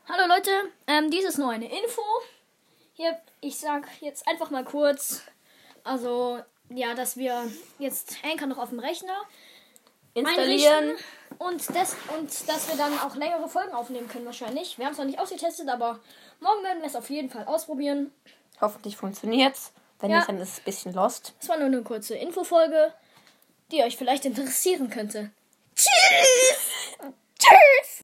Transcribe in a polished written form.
Hallo Leute, dies ist nur eine Info. Hier, ich sag jetzt einfach mal kurz, dass wir jetzt Anchor noch auf dem Rechner installieren und dass wir dann auch längere Folgen aufnehmen können wahrscheinlich. Wir haben es noch nicht ausgetestet, aber morgen werden wir es auf jeden Fall ausprobieren. Hoffentlich funktioniert's. Wenn nicht, dann ist es ein bisschen lost. Das war nur eine kurze Infofolge, die euch vielleicht interessieren könnte. Tschüss! Tschüss!